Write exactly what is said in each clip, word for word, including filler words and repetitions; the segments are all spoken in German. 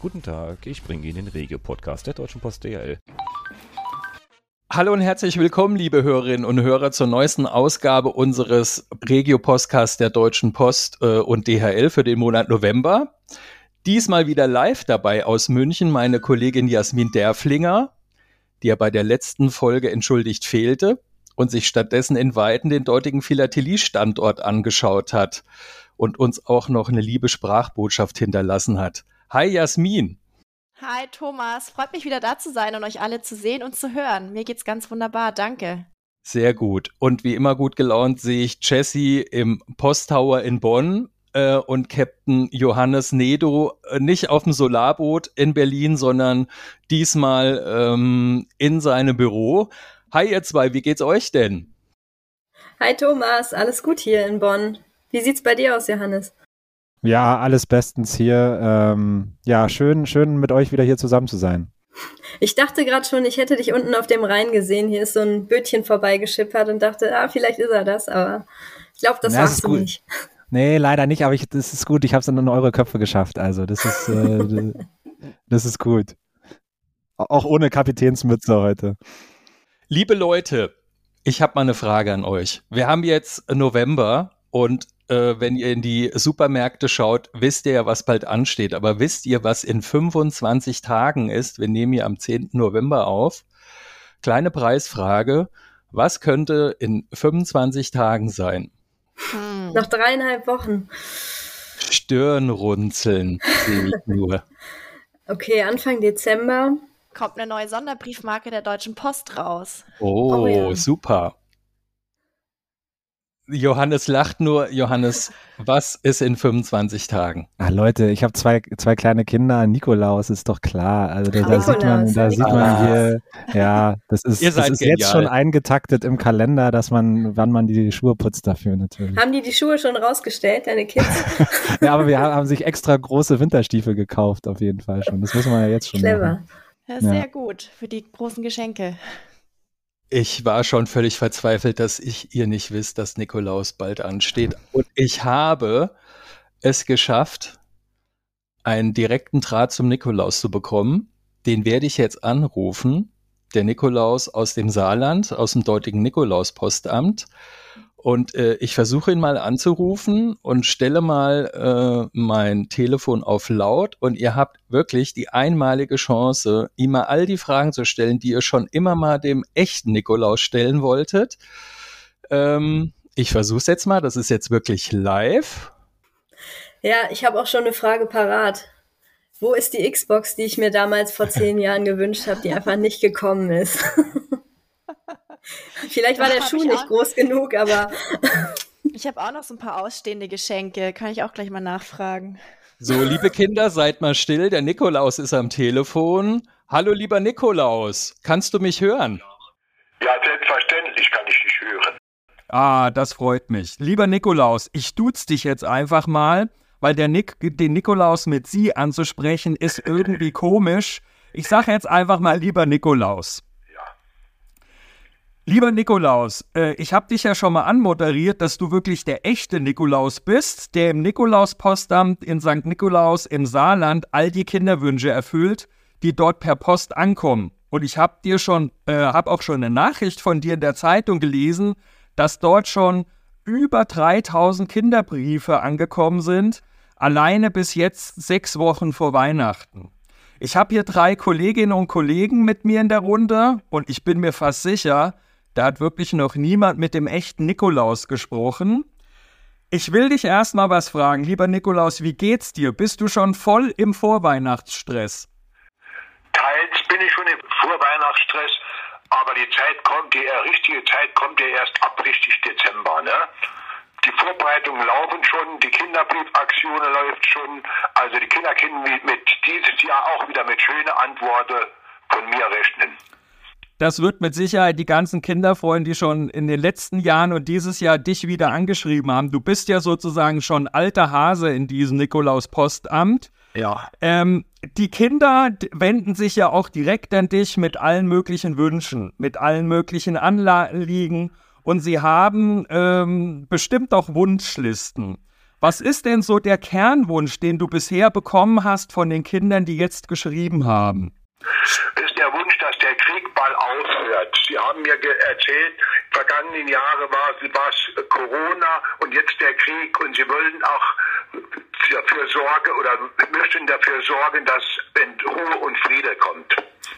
Guten Tag, ich bringe Ihnen den Regio-Podcast der Deutschen Post D H L. Hallo und herzlich willkommen, liebe Hörerinnen und Hörer, zur neuesten Ausgabe unseres Regio-Podcasts der Deutschen Post äh, und D H L für den Monat November. Diesmal wieder live dabei aus München meine Kollegin Jasmin Derflinger, die ja bei der letzten Folge entschuldigt fehlte und sich stattdessen in Weiden den dortigen Philatelie-Standort angeschaut hat und uns auch noch eine liebe Sprachbotschaft hinterlassen hat. Hi Jasmin. Hi Thomas, freut mich wieder da zu sein und euch alle zu sehen und zu hören. Mir geht's ganz wunderbar, danke. Sehr gut. Und wie immer gut gelaunt sehe ich Jessie im Posttower in Bonn äh, und Captain Johannes Nedo äh, nicht auf dem Solarboot in Berlin, sondern diesmal ähm, in seinem Büro. Hi ihr zwei, wie geht's euch denn? Hi Thomas, alles gut hier in Bonn. Wie sieht's bei dir aus, Johannes? Ja, alles bestens hier. Ähm, ja, schön, schön mit euch wieder hier zusammen zu sein. Ich dachte gerade schon, ich hätte dich unten auf dem Rhein gesehen. Hier ist so ein Bötchen vorbeigeschippert und dachte, ah, vielleicht ist er das, aber ich glaube, das ja, warst du gut. nicht. Nee, leider nicht, aber ich, das ist gut. Ich habe es dann in eure Köpfe geschafft. Also das ist, äh, das ist gut. Auch ohne Kapitänsmütze heute. Liebe Leute, ich habe mal eine Frage an euch. Wir haben jetzt November und äh, wenn ihr in die Supermärkte schaut, wisst ihr ja, was bald ansteht. Aber wisst ihr, was in fünfundzwanzig Tagen ist? Wir nehmen hier am zehnten November auf. Kleine Preisfrage. Was könnte in fünfundzwanzig Tagen sein? Hm. Noch dreieinhalb Wochen. Stirnrunzeln sehe ich nur. Okay, Anfang Dezember. Kommt eine neue Sonderbriefmarke der Deutschen Post raus. Oh, Oh ja. super. Johannes lacht nur. Johannes, was ist in fünfundzwanzig Tagen? Ah, Leute, ich habe zwei, zwei kleine Kinder. Nikolaus ist doch klar. Also da, da Nikolaus, sieht man, da ja, sieht man hier, ja, das ist, Ihr das seid ist genial. jetzt schon eingetaktet im Kalender, dass man, wann man die Schuhe putzt dafür natürlich. Haben die die Schuhe schon rausgestellt, deine Kids? Ja, aber wir haben, haben sich extra große Winterstiefel gekauft, auf jeden Fall schon. Das muss man ja jetzt schon Clever. machen. Ja, Ja. sehr gut für die großen Geschenke. Ich war schon völlig verzweifelt, dass ich ihr nicht wisst, dass Nikolaus bald ansteht. Und ich habe es geschafft, einen direkten Draht zum Nikolaus zu bekommen. Den werde ich jetzt anrufen. Der Nikolaus aus dem Saarland, aus dem dortigen Nikolaus-Postamt. Und äh, ich versuche ihn mal anzurufen und stelle mal äh, mein Telefon auf laut. Und ihr habt wirklich die einmalige Chance, ihm mal all die Fragen zu stellen, die ihr schon immer mal dem echten Nikolaus stellen wolltet. Ähm, ich versuche es jetzt mal. Das ist jetzt wirklich live. Ja, ich habe auch schon eine Frage parat. Wo ist die Xbox, die ich mir damals vor zehn Jahren gewünscht habe, die einfach nicht gekommen ist? Vielleicht war Da der hab Schuh ich nicht auch- groß genug, aber Ich habe auch noch so ein paar ausstehende Geschenke. Kann ich auch gleich mal nachfragen. So, liebe Kinder, seid mal still. Der Nikolaus ist am Telefon. Hallo, lieber Nikolaus. Kannst du mich hören? Ja, selbstverständlich kann ich dich hören. Ah, das freut mich. Lieber Nikolaus, ich duz dich jetzt einfach mal, weil der Nick, den Nikolaus mit Sie anzusprechen, ist irgendwie komisch. Ich sage jetzt einfach mal lieber Nikolaus. Ja. Lieber Nikolaus, äh, ich habe dich ja schon mal anmoderiert, dass du wirklich der echte Nikolaus bist, der im Nikolauspostamt in Sankt Nikolaus im Saarland all die Kinderwünsche erfüllt, die dort per Post ankommen. Und ich habe dir schon, äh, habe auch schon eine Nachricht von dir in der Zeitung gelesen, dass dort schon über dreitausend Kinderbriefe angekommen sind, alleine bis jetzt sechs Wochen vor Weihnachten. Ich habe hier drei Kolleginnen und Kollegen mit mir in der Runde und ich bin mir fast sicher, da hat wirklich noch niemand mit dem echten Nikolaus gesprochen. Ich will dich erstmal was fragen, lieber Nikolaus, wie geht's dir? Bist du schon voll im Vorweihnachtsstress? Teils bin ich schon im Vorweihnachtsstress, aber die Zeit kommt, die äh, richtige Zeit kommt ja erst ab richtig Dezember, ne? Die Vorbereitungen laufen schon, die Kinderbriefaktion läuft schon, also die Kinder können mit, mit dieses Jahr auch wieder mit schönen Antworten von mir rechnen. Das wird mit Sicherheit die ganzen Kinderfreunde, die schon in den letzten Jahren und dieses Jahr dich wieder angeschrieben haben. Du bist ja sozusagen schon alter Hase in diesem Nikolaus-Postamt. Ja. Ähm, die Kinder d- wenden sich ja auch direkt an dich mit allen möglichen Wünschen, mit allen möglichen Anliegen und sie haben ähm, bestimmt auch Wunschlisten. Was ist denn so der Kernwunsch, den du bisher bekommen hast von den Kindern, die jetzt geschrieben haben? Das ist der Wunsch, dass der Krieg bald aufhört. Sie haben mir ge- erzählt, vergangenen Jahre war es Corona und jetzt der Krieg und sie wollen auch dafür Sorge oder möchten dafür sorgen, dass Ruhe und Friede kommt.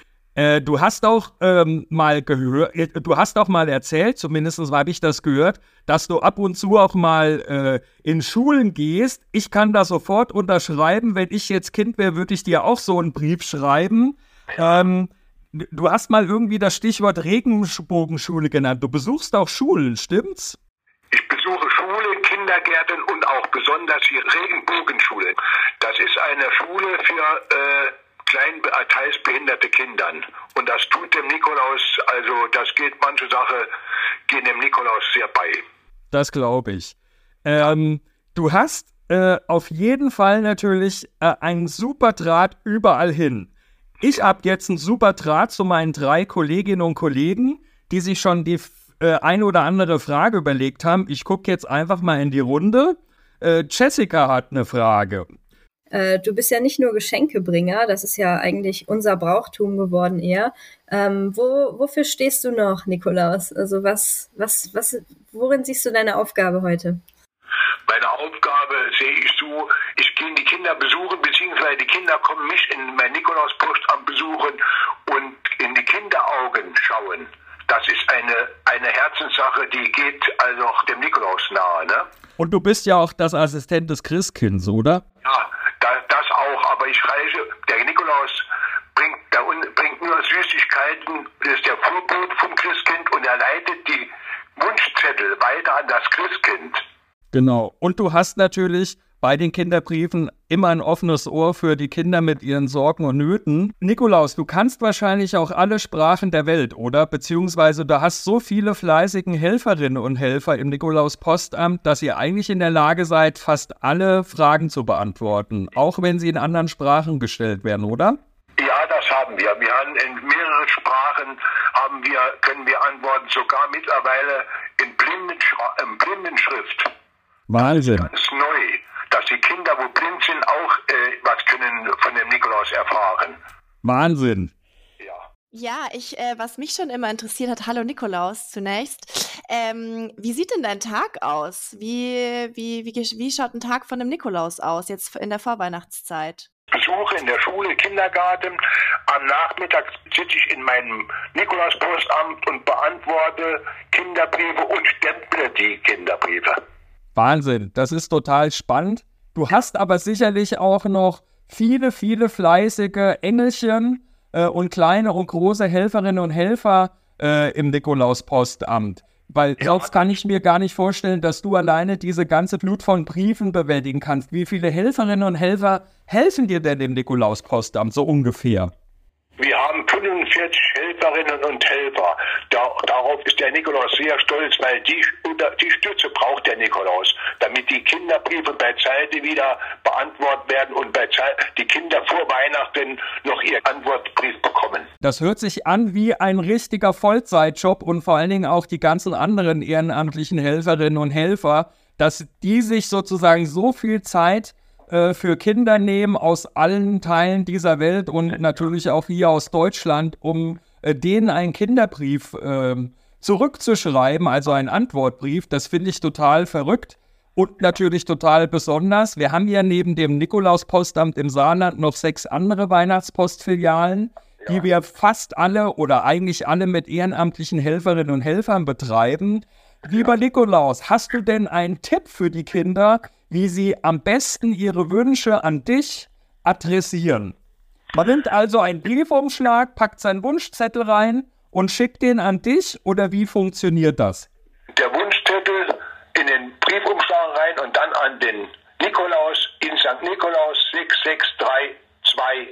Äh, du hast auch ähm, mal gehört, äh, du hast auch mal erzählt, zumindest habe ich das gehört, dass du ab und zu auch mal äh, in Schulen gehst. Ich kann da sofort unterschreiben, wenn ich jetzt Kind wäre, würde ich dir auch so einen Brief schreiben. Ähm, du hast mal irgendwie das Stichwort Regenbogenschule genannt. Du besuchst auch Schulen, stimmt's? Ich besuche Schulen, Kindergärten und auch besonders die Regenbogenschule. Das ist eine Schule für äh, klein teilsbehinderte Kindern. Und das tut dem Nikolaus, also das geht, manche Sachen gehen dem Nikolaus sehr bei. Das glaube ich. Ähm, du hast äh, auf jeden Fall natürlich äh, einen super Draht überall hin. Ich habe jetzt einen super Draht zu meinen drei Kolleginnen und Kollegen, die sich schon die äh, ein oder andere Frage überlegt haben. Ich gucke jetzt einfach mal in die Runde. Äh, Jessica hat eine Frage. Äh, du bist ja nicht nur Geschenkebringer, das ist ja eigentlich unser Brauchtum geworden eher. Ähm, wo, wofür stehst du noch, Nikolaus? Also was, was, was, worin siehst du deine Aufgabe heute? Meine Aufgabe sehe ich so, ich gehe die Kinder besuchen, beziehungsweise die Kinder kommen mich in mein Nikolauspostamt besuchen und in die Kinderaugen schauen. Das ist eine, eine Herzenssache, die geht also auch dem Nikolaus nahe, ne? Und du bist ja auch das Assistent des Christkinds, oder? Ja, da, das auch, aber ich reise, der Nikolaus bringt, der, bringt nur Süßigkeiten, das ist der Vorbote vom Christkind und er leitet die Wunschzettel weiter an das Christkind. Genau. Und du hast natürlich bei den Kinderbriefen immer ein offenes Ohr für die Kinder mit ihren Sorgen und Nöten. Nikolaus, du kannst wahrscheinlich auch alle Sprachen der Welt, oder? Beziehungsweise du hast so viele fleißigen Helferinnen und Helfer im Nikolaus-Postamt, dass ihr eigentlich in der Lage seid, fast alle Fragen zu beantworten, auch wenn sie in anderen Sprachen gestellt werden, oder? Ja, das haben wir. Wir haben in mehreren Sprachen haben wir, können wir antworten, sogar mittlerweile in Blindenschra- in Blindenschrift. Wahnsinn. Ganz neu, dass die Kinder, wo blind sind, auch äh, was können von dem Nikolaus erfahren. Wahnsinn. Ja. Ja, ich, äh, was mich schon immer interessiert hat, hallo Nikolaus zunächst. Ähm, wie sieht denn dein Tag aus? Wie, wie, wie, wie schaut ein Tag von dem Nikolaus aus, jetzt in der Vorweihnachtszeit? Besuche in der Schule, Kindergarten. Am Nachmittag sitze ich in meinem Nikolauspostamt und beantworte Kinderbriefe und stemple die Kinderbriefe. Wahnsinn, das ist total spannend. Du hast aber sicherlich auch noch viele, viele fleißige Engelchen äh, und kleine und große Helferinnen und Helfer äh, im Nikolaus-Postamt. Weil Ja. sonst kann ich mir gar nicht vorstellen, dass du alleine diese ganze Flut von Briefen bewältigen kannst. Wie viele Helferinnen und Helfer helfen dir denn im Nikolaus-Postamt so ungefähr? Wir haben fünfundvierzig Helferinnen und Helfer. Da, darauf ist der Nikolaus sehr stolz, weil die, die Stütze braucht der Nikolaus, damit die Kinderbriefe bei Zeiten wieder beantwortet werden und bei Zeit, die Kinder vor Weihnachten noch ihren Antwortbrief bekommen. Das hört sich an wie ein richtiger Vollzeitjob und vor allen Dingen auch die ganzen anderen ehrenamtlichen Helferinnen und Helfer, dass die sich sozusagen so viel Zeit äh, für Kinder nehmen aus allen Teilen dieser Welt und natürlich auch hier aus Deutschland, um äh, denen einen Kinderbrief äh, zurückzuschreiben, also einen Antwortbrief. Das finde ich total verrückt. Und natürlich total besonders. Wir haben ja neben dem Nikolaus-Postamt im Saarland noch sechs andere Weihnachtspostfilialen, ja, die wir fast alle oder eigentlich alle mit ehrenamtlichen Helferinnen und Helfern betreiben. Lieber Nikolaus, hast du denn einen Tipp für die Kinder, wie sie am besten ihre Wünsche an dich adressieren? Man nimmt also einen Briefumschlag, packt seinen Wunschzettel rein und schickt den an dich, oder wie funktioniert das? Der Wunschzettel in den Briefumschlag rein und dann an den Nikolaus in Sankt Nikolaus sechs sechs drei zwei.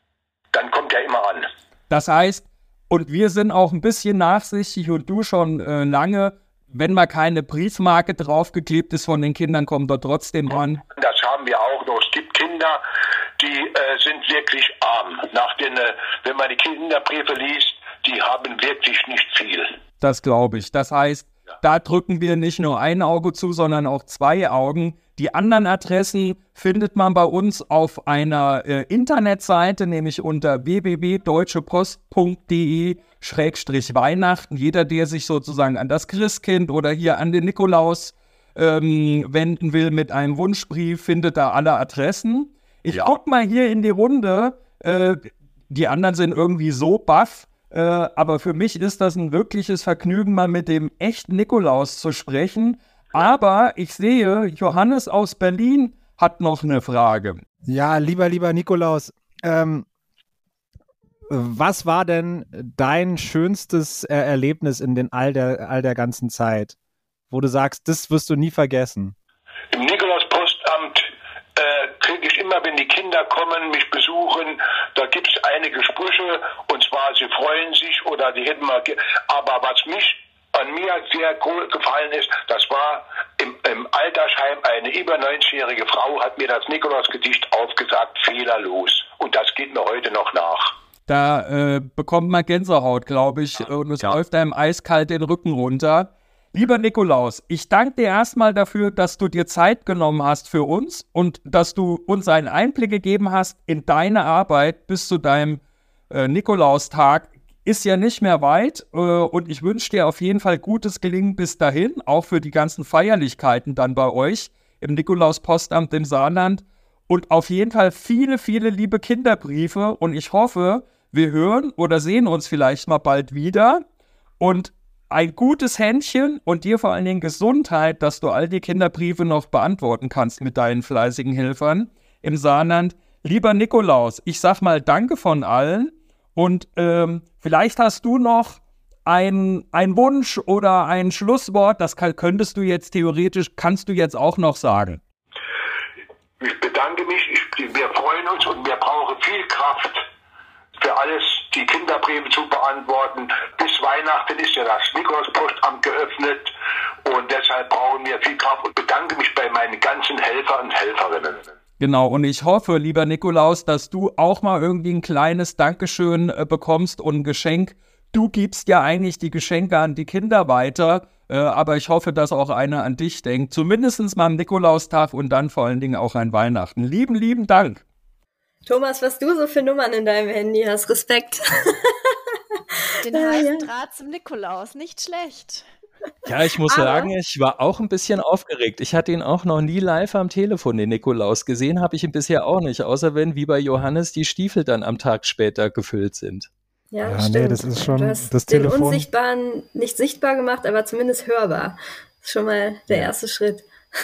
Dann kommt er immer an. Das heißt, und wir sind auch ein bisschen nachsichtig und du schon äh, lange, wenn mal keine Briefmarke draufgeklebt ist von den Kindern, kommt er trotzdem an. Das haben wir auch noch. Es gibt Kinder, die äh, sind wirklich arm. Nach den, äh, wenn man die Kinderbriefe liest, die haben wirklich nicht viel. Das glaube ich. Das heißt, da drücken wir nicht nur ein Auge zu, sondern auch zwei Augen. Die anderen Adressen findet man bei uns auf einer äh, Internetseite, nämlich unter w w w punkt deutschepost punkt de Schrägstrich Weihnachten. Jeder, der sich sozusagen an das Christkind oder hier an den Nikolaus ähm, wenden will mit einem Wunschbrief, findet da alle Adressen. Ich Ja. guck mal hier in die Runde. Äh, die anderen sind irgendwie so baff. Äh, aber für mich ist das ein wirkliches Vergnügen, mal mit dem echten Nikolaus zu sprechen. Aber ich sehe, Johannes aus Berlin hat noch eine Frage. Ja, lieber, lieber Nikolaus, ähm, was war denn dein schönstes äh, Erlebnis in den all der, all der ganzen Zeit, wo du sagst, das wirst du nie vergessen? Im Nikolauspostamt äh, kriege ich immer, wenn die Kinder kommen, mich besuchen, da gibt es einige Sprüche, und zwar, sie freuen sich oder die hätten mal... Ge- Aber was mich an mir sehr gut gefallen ist, das war im, im Altersheim, eine über neunzigjährige Frau hat mir das Nikolausgedicht aufgesagt, fehlerlos. Und das geht mir heute noch nach. Da äh, bekommt man Gänsehaut, glaube ich, und es Ja. läuft einem eiskalt den Rücken runter. Lieber Nikolaus, ich danke dir erstmal dafür, dass du dir Zeit genommen hast für uns und dass du uns einen Einblick gegeben hast in deine Arbeit bis zu deinem äh, Nikolaustag. Ist ja nicht mehr weit äh, und ich wünsche dir auf jeden Fall gutes Gelingen bis dahin, auch für die ganzen Feierlichkeiten dann bei euch im Nikolauspostamt im Saarland. Und auf jeden Fall viele, viele liebe Kinderbriefe. Und ich hoffe, wir hören oder sehen uns vielleicht mal bald wieder. Und ein gutes Händchen und dir vor allen Dingen Gesundheit, dass du all die Kinderbriefe noch beantworten kannst mit deinen fleißigen Helfern im Saarland. Lieber Nikolaus, ich sag mal Danke von allen. Und ähm, vielleicht hast du noch ein, ein Wunsch oder ein Schlusswort. Das kann, könntest du jetzt theoretisch, kannst du jetzt auch noch sagen. Ich bedanke mich, ich, wir freuen uns und wir brauchen viel Kraft für alles, die Kinderbriefe zu beantworten. Bis Weihnachten ist ja das Nikolauspostamt geöffnet und deshalb brauchen wir viel Kraft und bedanke mich bei meinen ganzen Helfer und Helferinnen. Genau, und ich hoffe, lieber Nikolaus, dass du auch mal irgendwie ein kleines Dankeschön äh, bekommst und ein Geschenk. Du gibst ja eigentlich die Geschenke an die Kinder weiter, äh, aber ich hoffe, dass auch einer an dich denkt. Zumindest mal am Nikolaustag und dann vor allen Dingen auch an Weihnachten. Lieben, lieben Dank. Thomas, was du so für Nummern in deinem Handy hast, Respekt. Den Ja, heißen ja. Draht zum Nikolaus, nicht schlecht. Ja, ich muss Aber- sagen, ich war auch ein bisschen aufgeregt. Ich hatte ihn auch noch nie live am Telefon, den Nikolaus. Gesehen habe ich ihn bisher auch nicht, außer wenn, wie bei Johannes, die Stiefel dann am Tag später gefüllt sind. Ja, Ja, das nee, stimmt. das ist schon du hast das den Telefon. Unsichtbaren nicht sichtbar gemacht, aber zumindest hörbar. Das ist schon mal der erste Schritt.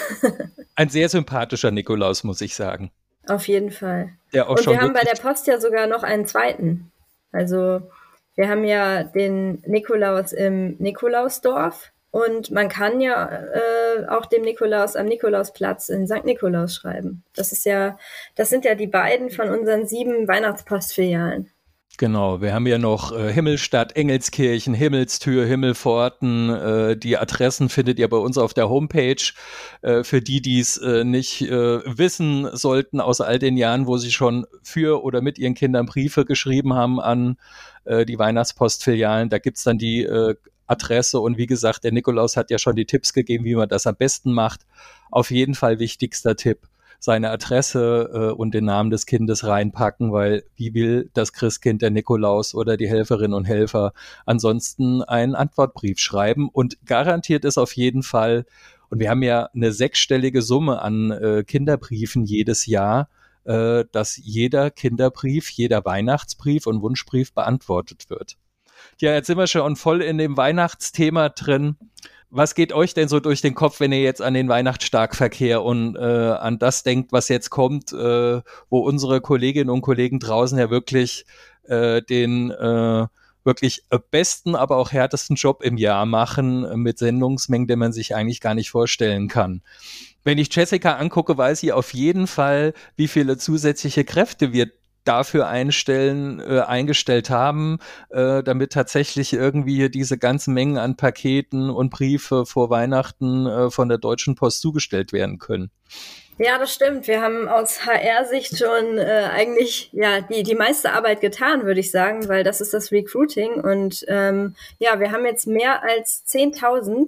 Ein sehr sympathischer Nikolaus, muss ich sagen. Auf jeden Fall. Der auch Und schon wir haben bei wirklich- der Post ja sogar noch einen zweiten. Also wir haben ja den Nikolaus im Nikolausdorf und man kann ja äh, auch dem Nikolaus am Nikolausplatz in Sankt Nikolaus schreiben. Das ist ja, das sind ja die beiden von unseren sieben Weihnachtspostfilialen. Genau, wir haben ja noch äh, Himmelstadt, Engelskirchen, Himmelstür, Himmelpforten. Äh, die Adressen findet ihr bei uns auf der Homepage. Äh, für die, die es äh, nicht äh, wissen sollten aus all den Jahren, wo sie schon für oder mit ihren Kindern Briefe geschrieben haben an äh, die Weihnachtspostfilialen, da gibt's dann die äh, Adresse. Und wie gesagt, der Nikolaus hat ja schon die Tipps gegeben, wie man das am besten macht. Auf jeden Fall wichtigster Tipp: seine Adresse äh, und den Namen des Kindes reinpacken, weil wie will das Christkind, der Nikolaus oder die Helferinnen und Helfer ansonsten einen Antwortbrief schreiben, und garantiert ist auf jeden Fall, und wir haben ja eine sechsstellige Summe an äh, Kinderbriefen jedes Jahr, äh, dass jeder Kinderbrief, jeder Weihnachtsbrief und Wunschbrief beantwortet wird. Ja, jetzt sind wir schon voll in dem Weihnachtsthema drin. Was geht euch denn so durch den Kopf, wenn ihr jetzt an den Weihnachtsstarkverkehr und äh, an das denkt, was jetzt kommt, äh, wo unsere Kolleginnen und Kollegen draußen ja wirklich äh, den äh, wirklich besten, aber auch härtesten Job im Jahr machen, äh, mit Sendungsmengen, die man sich eigentlich gar nicht vorstellen kann. Wenn ich Jessica angucke, weiß sie auf jeden Fall, wie viele zusätzliche Kräfte wir dafür einstellen, äh, eingestellt haben, äh, damit tatsächlich irgendwie diese ganzen Mengen an Paketen und Briefe vor Weihnachten äh, von der Deutschen Post zugestellt werden können. Ja, das stimmt. Wir haben aus H R-Sicht schon äh, eigentlich ja die die meiste Arbeit getan, würde ich sagen, weil das ist das Recruiting. Und ähm, ja, wir haben jetzt mehr als zehntausend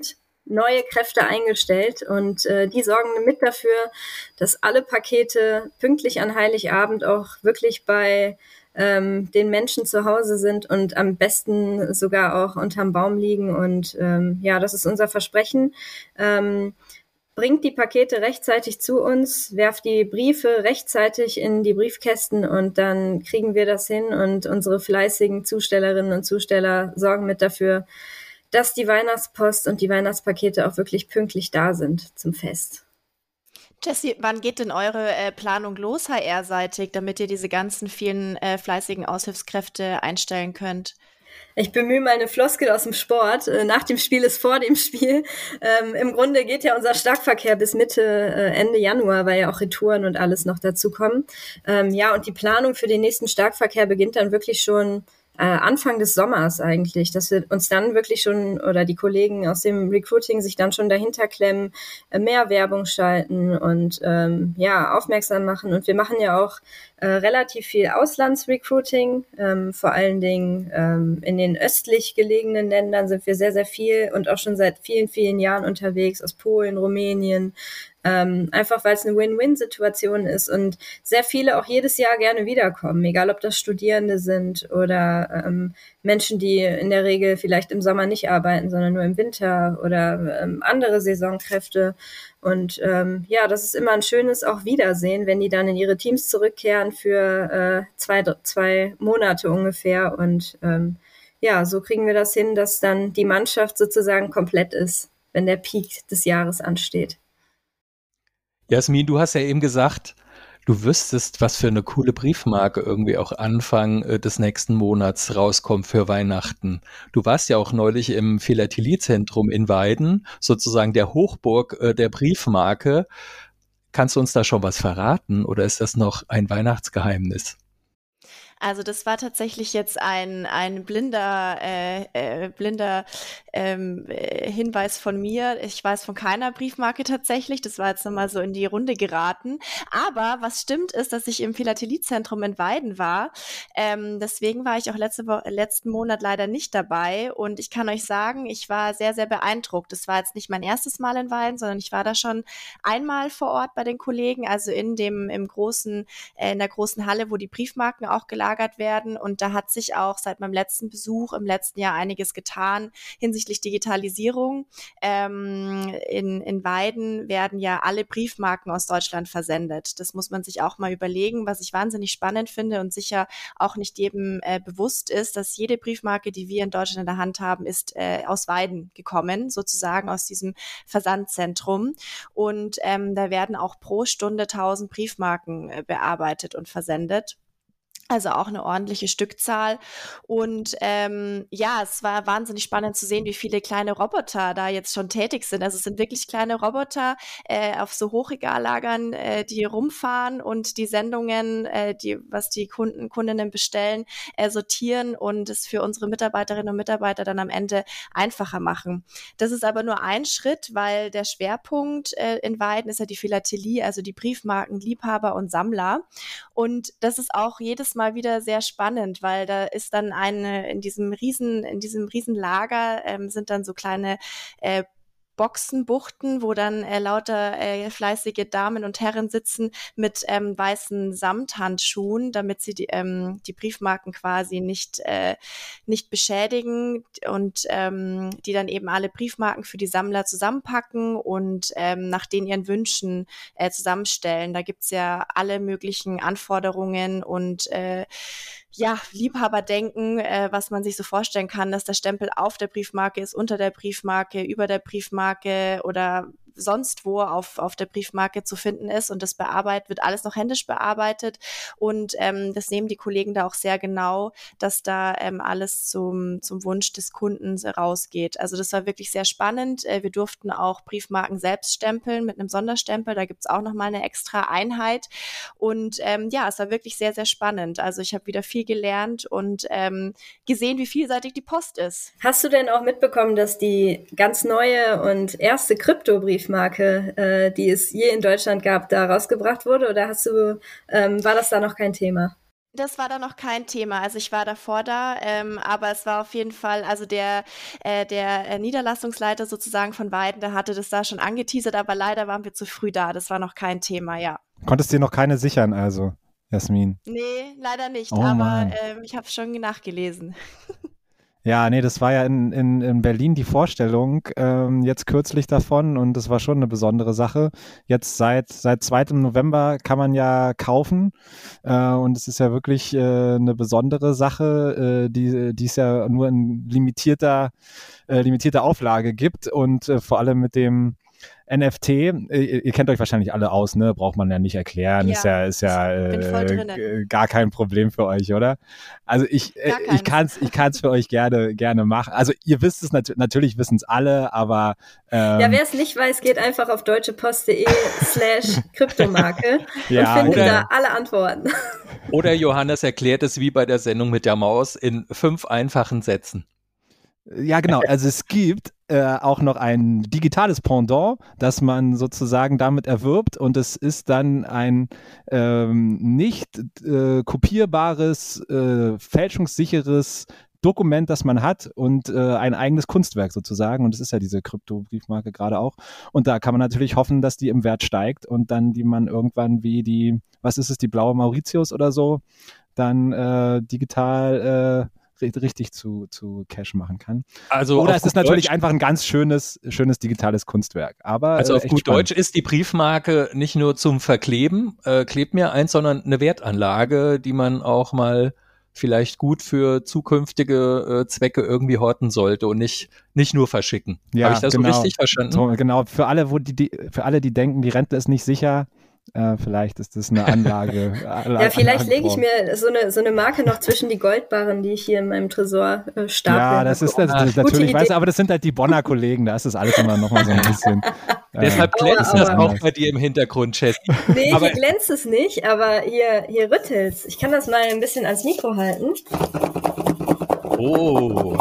neue Kräfte eingestellt und äh, die sorgen mit dafür, dass alle Pakete pünktlich an Heiligabend auch wirklich bei ähm, den Menschen zu Hause sind und am besten sogar auch unterm Baum liegen. Und ähm, ja, das ist unser Versprechen. Ähm, bringt die Pakete rechtzeitig zu uns, werft die Briefe rechtzeitig in die Briefkästen und dann kriegen wir das hin und unsere fleißigen Zustellerinnen und Zusteller sorgen mit dafür, dass die Weihnachtspost und die Weihnachtspakete auch wirklich pünktlich da sind zum Fest. Jessie, wann geht denn eure äh, Planung los, H R-seitig, damit ihr diese ganzen vielen äh, fleißigen Aushilfskräfte einstellen könnt? Ich bemühe mal eine Floskel aus dem Sport. Nach dem Spiel ist vor dem Spiel. Ähm, Im Grunde geht ja unser Starkverkehr bis Mitte, äh, Ende Januar, weil ja auch Retouren und alles noch dazu kommen. Ähm, ja, und die Planung für den nächsten Starkverkehr beginnt dann wirklich schon äh, Anfang des Sommers eigentlich, dass wir uns dann wirklich schon oder die Kollegen aus dem Recruiting sich dann schon dahinter klemmen, äh, mehr Werbung schalten und ähm, ja, aufmerksam machen. Und wir machen ja auch äh, relativ viel Auslandsrecruiting, ähm, vor allen Dingen ähm, in den östlich gelegenen Ländern sind wir sehr, sehr viel und auch schon seit vielen, vielen Jahren unterwegs, aus Polen, Rumänien, Ähm, einfach weil es eine Win-Win-Situation ist und sehr viele auch jedes Jahr gerne wiederkommen, egal ob das Studierende sind oder ähm, Menschen, die in der Regel vielleicht im Sommer nicht arbeiten, sondern nur im Winter oder ähm, andere Saisonkräfte. Und ähm, ja, das ist immer ein schönes auch Wiedersehen, wenn die dann in ihre Teams zurückkehren für äh, zwei, zwei Monate ungefähr. Und ähm, ja, so kriegen wir das hin, dass dann die Mannschaft sozusagen komplett ist, wenn der Peak des Jahres ansteht. Jasmin, du hast ja eben gesagt, du wüsstest, was für eine coole Briefmarke irgendwie auch Anfang äh, des nächsten Monats rauskommt für Weihnachten. Du warst ja auch neulich im Philatelie-Zentrum in Weiden, sozusagen der Hochburg äh, der Briefmarke. Kannst du uns da schon was verraten oder ist das noch ein Weihnachtsgeheimnis? Also das war tatsächlich jetzt ein, ein blinder, äh, äh, blinder ähm, äh, Hinweis von mir. Ich weiß von keiner Briefmarke tatsächlich. Das war jetzt nochmal so in die Runde geraten. Aber was stimmt ist, dass ich im Philatelie-Zentrum in Weiden war. Ähm, deswegen war ich auch letzte Woche, letzten Monat leider nicht dabei. Und ich kann euch sagen, ich war sehr, sehr beeindruckt. Das war jetzt nicht mein erstes Mal in Weiden, sondern ich war da schon einmal vor Ort bei den Kollegen, also in dem im großen, äh, in der großen Halle, wo die Briefmarken auch gelagert werden. Und da hat sich auch seit meinem letzten Besuch im letzten Jahr einiges getan hinsichtlich Digitalisierung. Ähm, in, in Weiden werden ja alle Briefmarken aus Deutschland versendet. Das muss man sich auch mal überlegen, was ich wahnsinnig spannend finde und sicher auch nicht jedem äh, bewusst ist, dass jede Briefmarke, die wir in Deutschland in der Hand haben, ist äh, aus Weiden gekommen, sozusagen aus diesem Versandzentrum. Und ähm, da werden auch pro Stunde tausend Briefmarken äh, bearbeitet und versendet. Also auch eine ordentliche Stückzahl. Und ähm, ja, es war wahnsinnig spannend zu sehen, wie viele kleine Roboter da jetzt schon tätig sind. Also es sind wirklich kleine Roboter äh, auf so Hochregallagern, äh, die rumfahren und die Sendungen, äh, die was die Kunden, Kundinnen bestellen, äh, sortieren und es für unsere Mitarbeiterinnen und Mitarbeiter dann am Ende einfacher machen. Das ist aber nur ein Schritt, weil der Schwerpunkt äh, in Weiden ist ja die Philatelie, also die Briefmarken, Liebhaber und Sammler. Und das ist auch jedes Mal wieder sehr spannend, weil da ist dann eine, in diesem riesen, in diesem Riesenlager ähm, sind dann so kleine äh, Boxenbuchten, wo dann äh, lauter äh, fleißige Damen und Herren sitzen mit ähm, weißen Samthandschuhen, damit sie die, ähm, die Briefmarken quasi nicht, äh, nicht beschädigen und ähm, die dann eben alle Briefmarken für die Sammler zusammenpacken und ähm, nach den ihren Wünschen äh, zusammenstellen. Da gibt's ja alle möglichen Anforderungen und äh, ja, Liebhaberdenken, äh, was man sich so vorstellen kann, dass der Stempel auf der Briefmarke ist, unter der Briefmarke, über der Briefmarke oder sonst wo auf, auf der Briefmarke zu finden ist und das bearbeitet, wird alles noch händisch bearbeitet und ähm, das nehmen die Kollegen da auch sehr genau, dass da ähm, alles zum, zum Wunsch des Kunden rausgeht. Also das war wirklich sehr spannend. Äh, wir durften auch Briefmarken selbst stempeln mit einem Sonderstempel, da gibt's auch nochmal eine extra Einheit und ähm, ja, es war wirklich sehr, sehr spannend. Also ich habe wieder viel gelernt und ähm, gesehen, wie vielseitig die Post ist. Hast du denn auch mitbekommen, dass die ganz neue und erste Krypto-Briefmarke, äh, die es je in Deutschland gab, da rausgebracht wurde? Oder hast du, ähm, war das da noch kein Thema? Das war da noch kein Thema. Also ich war davor da, ähm, aber es war auf jeden Fall, also der, äh, der äh, Niederlassungsleiter sozusagen von Weiden, der hatte das da schon angeteasert, aber leider waren wir zu früh da. Das war noch kein Thema, ja. Konntest dir noch keine sichern, also, Jasmin? Nee, leider nicht, Oh aber Mann. ähm, ich habe schon nachgelesen. Ja, nee, das war ja in, in, in Berlin die Vorstellung ähm, jetzt kürzlich davon und das war schon eine besondere Sache. Jetzt seit seit zweiten November kann man ja kaufen äh, und es ist ja wirklich äh, eine besondere Sache, äh, die die es ja nur in limitierter äh, limitierter Auflage gibt und äh, vor allem mit dem N F T, ihr, ihr kennt euch wahrscheinlich alle aus, ne? Braucht man ja nicht erklären. Ja, ist ja, ist ja ich bin voll äh, drinne. g- gar kein Problem für euch, oder? Also ich, äh, Gar ich keins. kann's, ich kann's für euch gerne, gerne machen. Also ihr wisst es nat- natürlich, wissen es alle, aber ähm, Ja, wer es nicht weiß, geht einfach auf deutschepost.de slash Kryptomarke Ja, und findet oder- da alle Antworten. Oder Johannes erklärt es wie bei der Sendung mit der Maus in fünf einfachen Sätzen. ja, genau. Also es gibt äh, auch noch ein digitales Pendant, das man sozusagen damit erwirbt und es ist dann ein ähm, nicht äh, kopierbares, äh, fälschungssicheres Dokument, das man hat und äh, ein eigenes Kunstwerk sozusagen und das ist ja diese Krypto-Briefmarke gerade auch und da kann man natürlich hoffen, dass die im Wert steigt und dann die man irgendwann wie die, was ist es, die blaue Mauritius oder so, dann äh, digital äh, ri- richtig zu, zu Cash machen kann. Also Oder auf es ist gut natürlich Deutsch, einfach ein ganz schönes, schönes digitales Kunstwerk. Aber also äh, auf echt gut spannend. Deutsch ist die Briefmarke nicht nur zum Verkleben, äh, klebt mir eins, sondern eine Wertanlage, die man auch mal vielleicht gut für zukünftige äh, Zwecke irgendwie horten sollte und nicht, nicht nur verschicken. Ja, Habe ich das genau. so richtig verstanden? So, genau, für alle, wo die, die, für alle, die denken, die Rente ist nicht sicher, äh, vielleicht ist das eine Anlage. Ja, vielleicht lege ich mir so eine, so eine Marke noch zwischen die Goldbarren, die ich hier in meinem Tresor äh, staple. Ja, das ist, das, das ist Gute natürlich, Idee. weißt du, aber das sind halt die Bonner Kollegen, da ist das alles immer noch mal so ein bisschen. äh, Deshalb Aua, glänzt das aua. auch bei dir im Hintergrund, Jessie. Nee, Aber- hier glänzt es nicht, aber hier, hier rüttelt's. Ich kann das mal ein bisschen ans Mikro halten. Oh.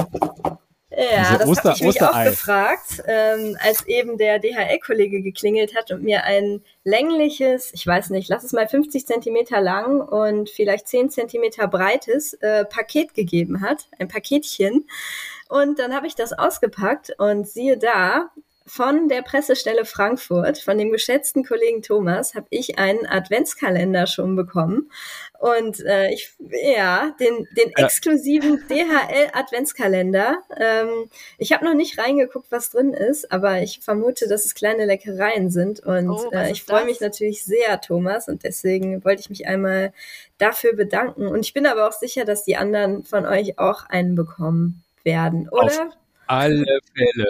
Ja, Diese das Oster- habe ich mich auch Osterei. gefragt, ähm, als eben der D H L-Kollege geklingelt hat und mir ein längliches, ich weiß nicht, lass es mal fünfzig Zentimeter lang und vielleicht zehn Zentimeter breites äh, Paket gegeben hat, ein Paketchen. Und dann habe ich das ausgepackt und siehe da, von der Pressestelle Frankfurt, von dem geschätzten Kollegen Thomas, habe ich einen Adventskalender schon bekommen. Und äh, ich, ja, den, den Ja. exklusiven D H L-Adventskalender. Ähm, ich habe noch nicht reingeguckt, was drin ist, aber ich vermute, dass es kleine Leckereien sind. Und Oh, was äh, ich ist freue das? mich natürlich sehr, Thomas. Und deswegen wollte ich mich einmal dafür bedanken. Und ich bin aber auch sicher, dass die anderen von euch auch einen bekommen werden, oder? Alle Fälle.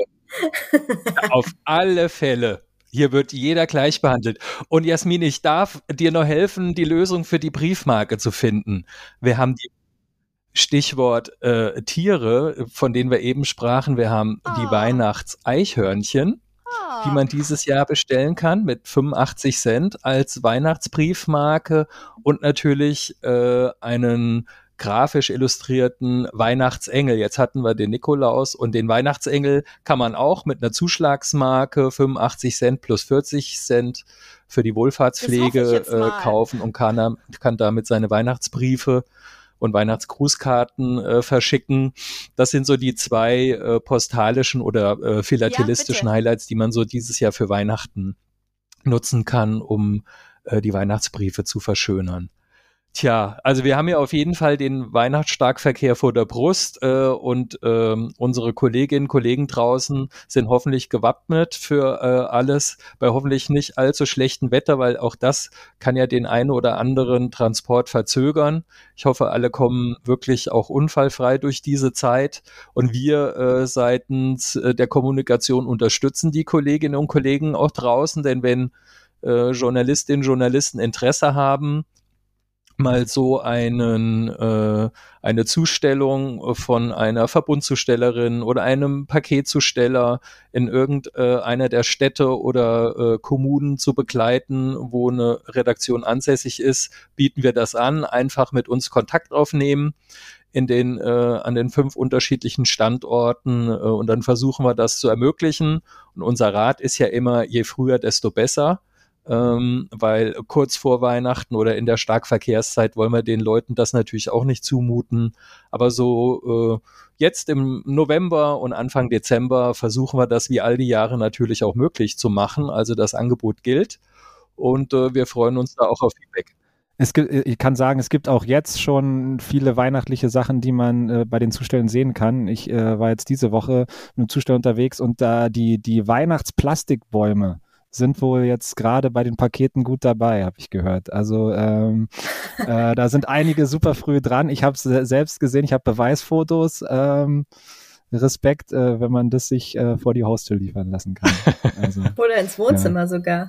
Auf alle Fälle. Hier wird jeder gleich behandelt. Und Jasmin, ich darf dir noch helfen, die Lösung für die Briefmarke zu finden. Wir haben die Stichwort äh, Tiere, von denen wir eben sprachen. Wir haben die Oh. Weihnachtseichhörnchen, die man dieses Jahr bestellen kann mit fünfundachtzig Cent als Weihnachtsbriefmarke und natürlich äh, einen grafisch illustrierten Weihnachtsengel. Jetzt hatten wir den Nikolaus und den Weihnachtsengel kann man auch mit einer Zuschlagsmarke fünfundachtzig Cent plus vierzig Cent für die Das hoffe ich Wohlfahrtspflege jetzt äh, mal. kaufen und kann, da- kann damit seine Weihnachtsbriefe und Weihnachtsgrußkarten äh, verschicken. Das sind so die zwei äh, postalischen oder äh, philatelistischen bitte. Highlights, die man so dieses Jahr für Weihnachten nutzen kann, um äh, die Weihnachtsbriefe zu verschönern. Tja, also wir haben ja auf jeden Fall den Weihnachtsstarkverkehr vor der Brust äh, und ähm, unsere Kolleginnen und Kollegen draußen sind hoffentlich gewappnet für äh, alles bei hoffentlich nicht allzu schlechtem Wetter, weil auch das kann ja den einen oder anderen Transport verzögern. Ich hoffe, alle kommen wirklich auch unfallfrei durch diese Zeit und wir äh, seitens äh, der Kommunikation unterstützen die Kolleginnen und Kollegen auch draußen, denn wenn äh, Journalistinnen und Journalisten Interesse haben, mal so einen äh, eine Zustellung von einer Verbundzustellerin oder einem Paketzusteller in irgendeiner der Städte oder äh, Kommunen zu begleiten, wo eine Redaktion ansässig ist, bieten wir das an, einfach mit uns Kontakt aufnehmen in den äh, an den fünf unterschiedlichen Standorten äh, und dann versuchen wir das zu ermöglichen und unser Rat ist ja immer, je früher, desto besser. ähm, weil kurz vor Weihnachten oder in der Starkverkehrszeit wollen wir den Leuten das natürlich auch nicht zumuten. Aber so äh, jetzt im November und Anfang Dezember versuchen wir das wie all die Jahre natürlich auch möglich zu machen. Also das Angebot gilt und äh, wir freuen uns da auch auf Feedback. Es gibt, ich kann sagen, es gibt auch jetzt schon viele weihnachtliche Sachen, die man äh, bei den Zustellen sehen kann. Ich äh, war jetzt diese Woche mit einem Zusteller unterwegs und da die, die Weihnachtsplastikbäume sind wohl jetzt gerade bei den Paketen gut dabei, habe ich gehört. Also ähm, äh, da sind einige super früh dran. Ich habe es selbst gesehen, ich habe Beweisfotos. Ähm, Respekt, äh, wenn man das sich äh, vor die Haustür liefern lassen kann. Also, oder ins Wohnzimmer ja. sogar.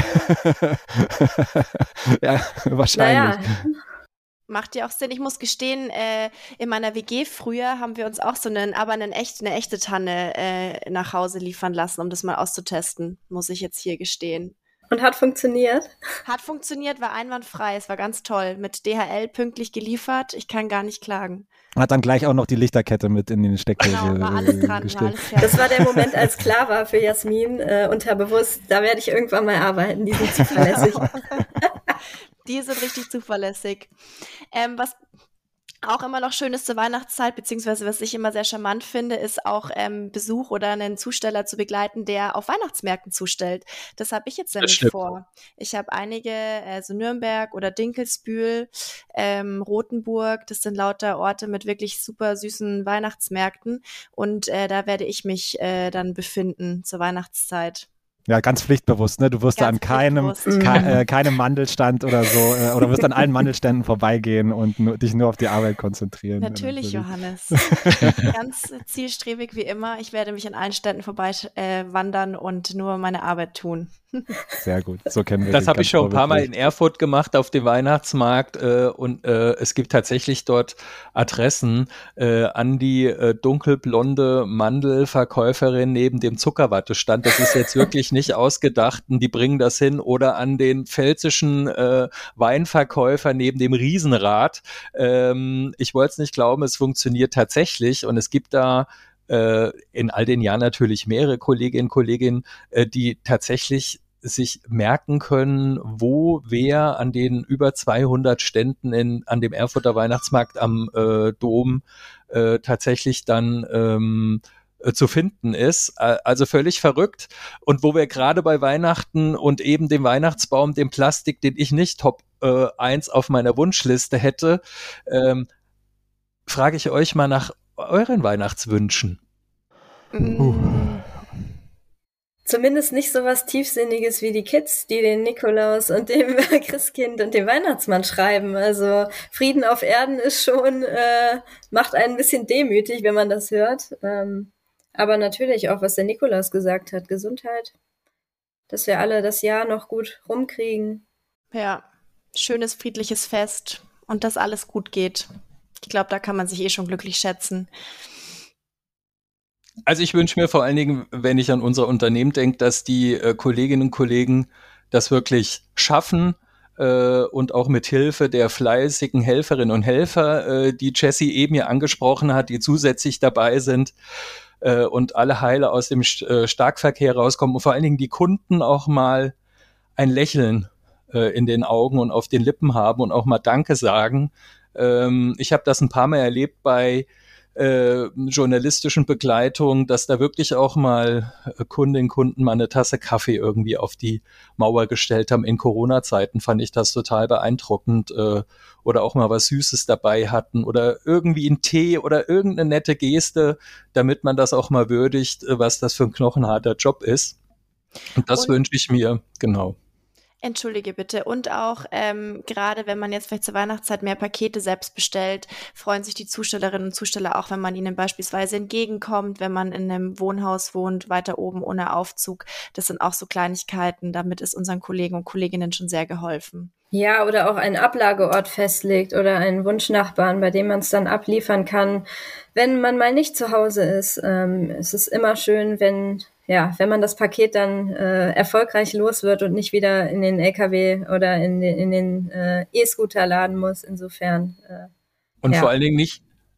Ja, wahrscheinlich. Naja. Macht ja auch Sinn. Ich muss gestehen, äh, in meiner W G früher haben wir uns auch so einen, aber einen echt, eine echte Tanne äh, nach Hause liefern lassen, um das mal auszutesten, muss ich jetzt hier gestehen. Und hat funktioniert? Hat funktioniert, war einwandfrei, es war ganz toll. Mit D H L pünktlich geliefert, ich kann gar nicht klagen. Hat dann gleich auch noch die Lichterkette mit in den Steckdose Genau, war alles dran, gestellt. war alles fertig. Das war der Moment, als klar war für Jasmin, äh, unterbewusst, da werde ich irgendwann mal arbeiten, die sind zuverlässig. Die sind richtig zuverlässig. Ähm, was auch immer noch schön ist zur Weihnachtszeit, beziehungsweise was ich immer sehr charmant finde, ist auch ähm, Besuch oder einen Zusteller zu begleiten, der auf Weihnachtsmärkten zustellt. Das habe ich jetzt nämlich vor. Ich habe einige, also Nürnberg oder Dinkelsbühl, ähm, Rothenburg, das sind lauter Orte mit wirklich super süßen Weihnachtsmärkten und äh, da werde ich mich äh, dann befinden zur Weihnachtszeit. Ja, ganz pflichtbewusst, ne? Du wirst da an keinem, ke äh, keinem Mandelstand oder so, äh, oder wirst an allen Mandelständen vorbeigehen und nur, dich nur auf die Arbeit konzentrieren. Natürlich, Johannes. Ganz zielstrebig wie immer. Ich werde mich an allen Ständen vorbei äh, wandern und nur meine Arbeit tun. Sehr gut, so kennen wir Das habe ich schon ein paar Mal in Erfurt gemacht auf dem Weihnachtsmarkt äh, und äh, es gibt tatsächlich dort Adressen äh, an die äh, dunkelblonde Mandelverkäuferin neben dem Zuckerwattestand. Das ist jetzt wirklich nicht ausgedacht und die bringen das hin oder an den pfälzischen äh, Weinverkäufer neben dem Riesenrad. Ähm, ich wollte es nicht glauben, es funktioniert tatsächlich und es gibt da in all den Jahren natürlich mehrere Kolleginnen und Kollegen, die tatsächlich sich merken können, wo wer an den über zweihundert Ständen in, an dem Erfurter Weihnachtsmarkt am äh, Dom äh, tatsächlich dann ähm, äh, zu finden ist. Also völlig verrückt. Und wo wir gerade bei Weihnachten und eben dem Weihnachtsbaum, dem Plastik, den ich nicht Top äh, eins auf meiner Wunschliste hätte, ähm, frage ich euch mal nach euren Weihnachtswünschen. Uh. Zumindest nicht so was Tiefsinniges wie die Kids, die den Nikolaus und dem Christkind und dem Weihnachtsmann schreiben. Also Frieden auf Erden ist schon, äh, macht einen ein bisschen demütig, wenn man das hört. Ähm, aber natürlich auch, was der Nikolaus gesagt hat, Gesundheit, dass wir alle das Jahr noch gut rumkriegen. Ja, schönes, friedliches Fest und dass alles gut geht. Ich glaube, da kann man sich eh schon glücklich schätzen. Also ich wünsche mir vor allen Dingen, wenn ich an unser Unternehmen denke, dass die äh, Kolleginnen und Kollegen das wirklich schaffen äh, und auch mit Hilfe der fleißigen Helferinnen und Helfer, äh, die Jessie eben hier angesprochen hat, die zusätzlich dabei sind äh, und alle heile aus dem äh, Starkverkehr rauskommen und vor allen Dingen die Kunden auch mal ein Lächeln äh, in den Augen und auf den Lippen haben und auch mal Danke sagen. Ähm, ich habe das ein paar Mal erlebt bei Äh, journalistischen Begleitung, dass da wirklich auch mal äh, Kundinnen, Kunden mal eine Tasse Kaffee irgendwie auf die Mauer gestellt haben. In Corona-Zeiten fand ich das total beeindruckend äh, oder auch mal was Süßes dabei hatten oder irgendwie einen Tee oder irgendeine nette Geste, damit man das auch mal würdigt, äh, was das für ein knochenharter Job ist. Und das wünsche ich mir, genau. Entschuldige bitte. Und auch ähm, gerade wenn man jetzt vielleicht zur Weihnachtszeit mehr Pakete selbst bestellt, freuen sich die Zustellerinnen und Zusteller auch, wenn man ihnen beispielsweise entgegenkommt, wenn man in einem Wohnhaus wohnt, weiter oben ohne Aufzug. Das sind auch so Kleinigkeiten. Damit ist unseren Kollegen und Kolleginnen schon sehr geholfen. Ja, oder auch einen Ablageort festlegt oder einen Wunschnachbarn, bei dem man es dann abliefern kann, wenn man mal nicht zu Hause ist. Ähm, es ist immer schön, wenn ja, wenn man das Paket dann äh, erfolgreich los wird und nicht wieder in den L K W oder in den, in den äh, E-Scooter laden muss. Insofern. Äh, und ja. vor allen Dingen nicht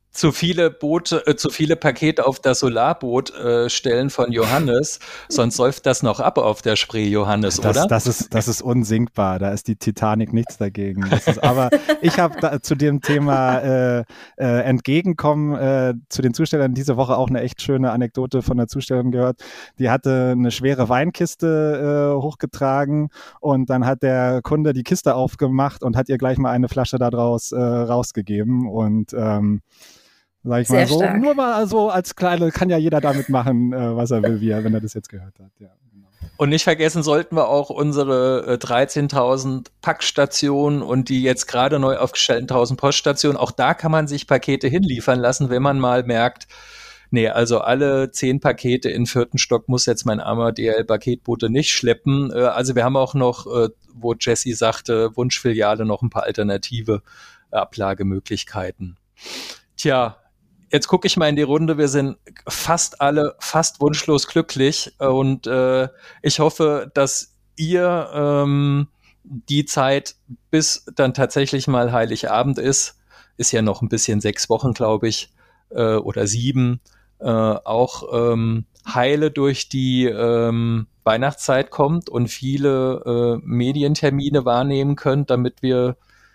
zu viele Boote, äh, zu viele Pakete auf das Solarboot äh, stellen von Johannes, sonst säuft das noch ab auf der Spree, Johannes, das, oder? Das ist, das ist unsinkbar, da ist die Titanic nichts dagegen. Das ist, aber ich habe zu dem Thema äh, äh, Entgegenkommen äh, zu den Zustellern diese Woche auch eine echt schöne Anekdote von der Zustellerin gehört. Die hatte eine schwere Weinkiste äh, hochgetragen und dann hat der Kunde die Kiste aufgemacht und hat ihr gleich mal eine Flasche da draus äh, rausgegeben und ähm, sag ich Sehr mal so, stark. nur mal so als kleine, kann ja jeder damit machen, äh, was er will, wie er, wenn er das jetzt gehört hat. Ja, genau. Und nicht vergessen sollten wir auch unsere äh, dreizehntausend Packstationen und die jetzt gerade neu aufgestellten tausend Poststationen, auch da kann man sich Pakete hinliefern lassen, wenn man mal merkt, nee, also alle zehn Pakete in vierten Stock muss jetzt mein armer D H L-Paketbote nicht schleppen. Äh, also wir haben auch noch, äh, wo Jessie sagte, Wunschfiliale, noch ein paar alternative Ablagemöglichkeiten. Tja, jetzt gucke ich mal in die Runde, wir sind fast alle fast wunschlos glücklich und äh, ich hoffe, dass ihr ähm, die Zeit, bis dann tatsächlich mal Heiligabend ist, ist ja noch ein bisschen sechs Wochen, glaube ich, äh, oder sieben, äh, auch ähm, heile durch die ähm, Weihnachtszeit kommt und viele äh, Medientermine wahrnehmen könnt, damit wir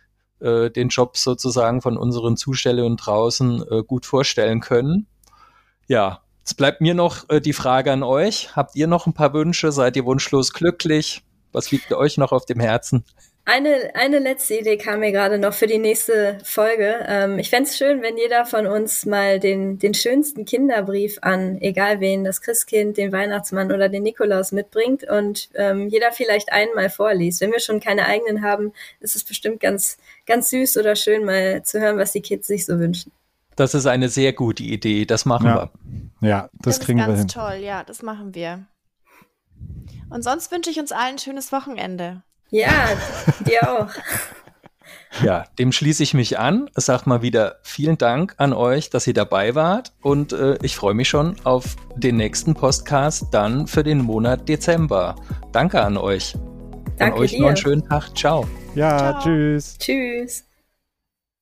den Job sozusagen von unseren Zustellern draußen äh, gut vorstellen können. Ja, jetzt bleibt mir noch äh, die Frage an euch. Habt ihr noch ein paar Wünsche? Seid ihr wunschlos glücklich? Was liegt euch noch auf dem Herzen? Eine, eine letzte Idee kam mir gerade noch für die nächste Folge. Ähm, ich fände es schön, wenn jeder von uns mal den, den schönsten Kinderbrief an, egal wen, das Christkind, den Weihnachtsmann oder den Nikolaus mitbringt und ähm, jeder vielleicht einen mal vorliest. Wenn wir schon keine eigenen haben, ist es bestimmt ganz, ganz süß oder schön, mal zu hören, was die Kids sich so wünschen. Das ist eine sehr gute Idee. Das machen Ja. wir. Ja, das, Das kriegen ist wir hin. ganz toll, ja, das machen wir. Und sonst wünsche ich uns allen ein schönes Wochenende. Ja, dir auch. Ja, dem schließe ich mich an. Ich sag mal wieder vielen Dank an euch, dass ihr dabei wart und äh, ich freue mich schon auf den nächsten Podcast dann für den Monat Dezember. Danke an euch. Danke an euch dir. noch einen schönen Tag. Ciao. Ja, Ciao. tschüss. Tschüss.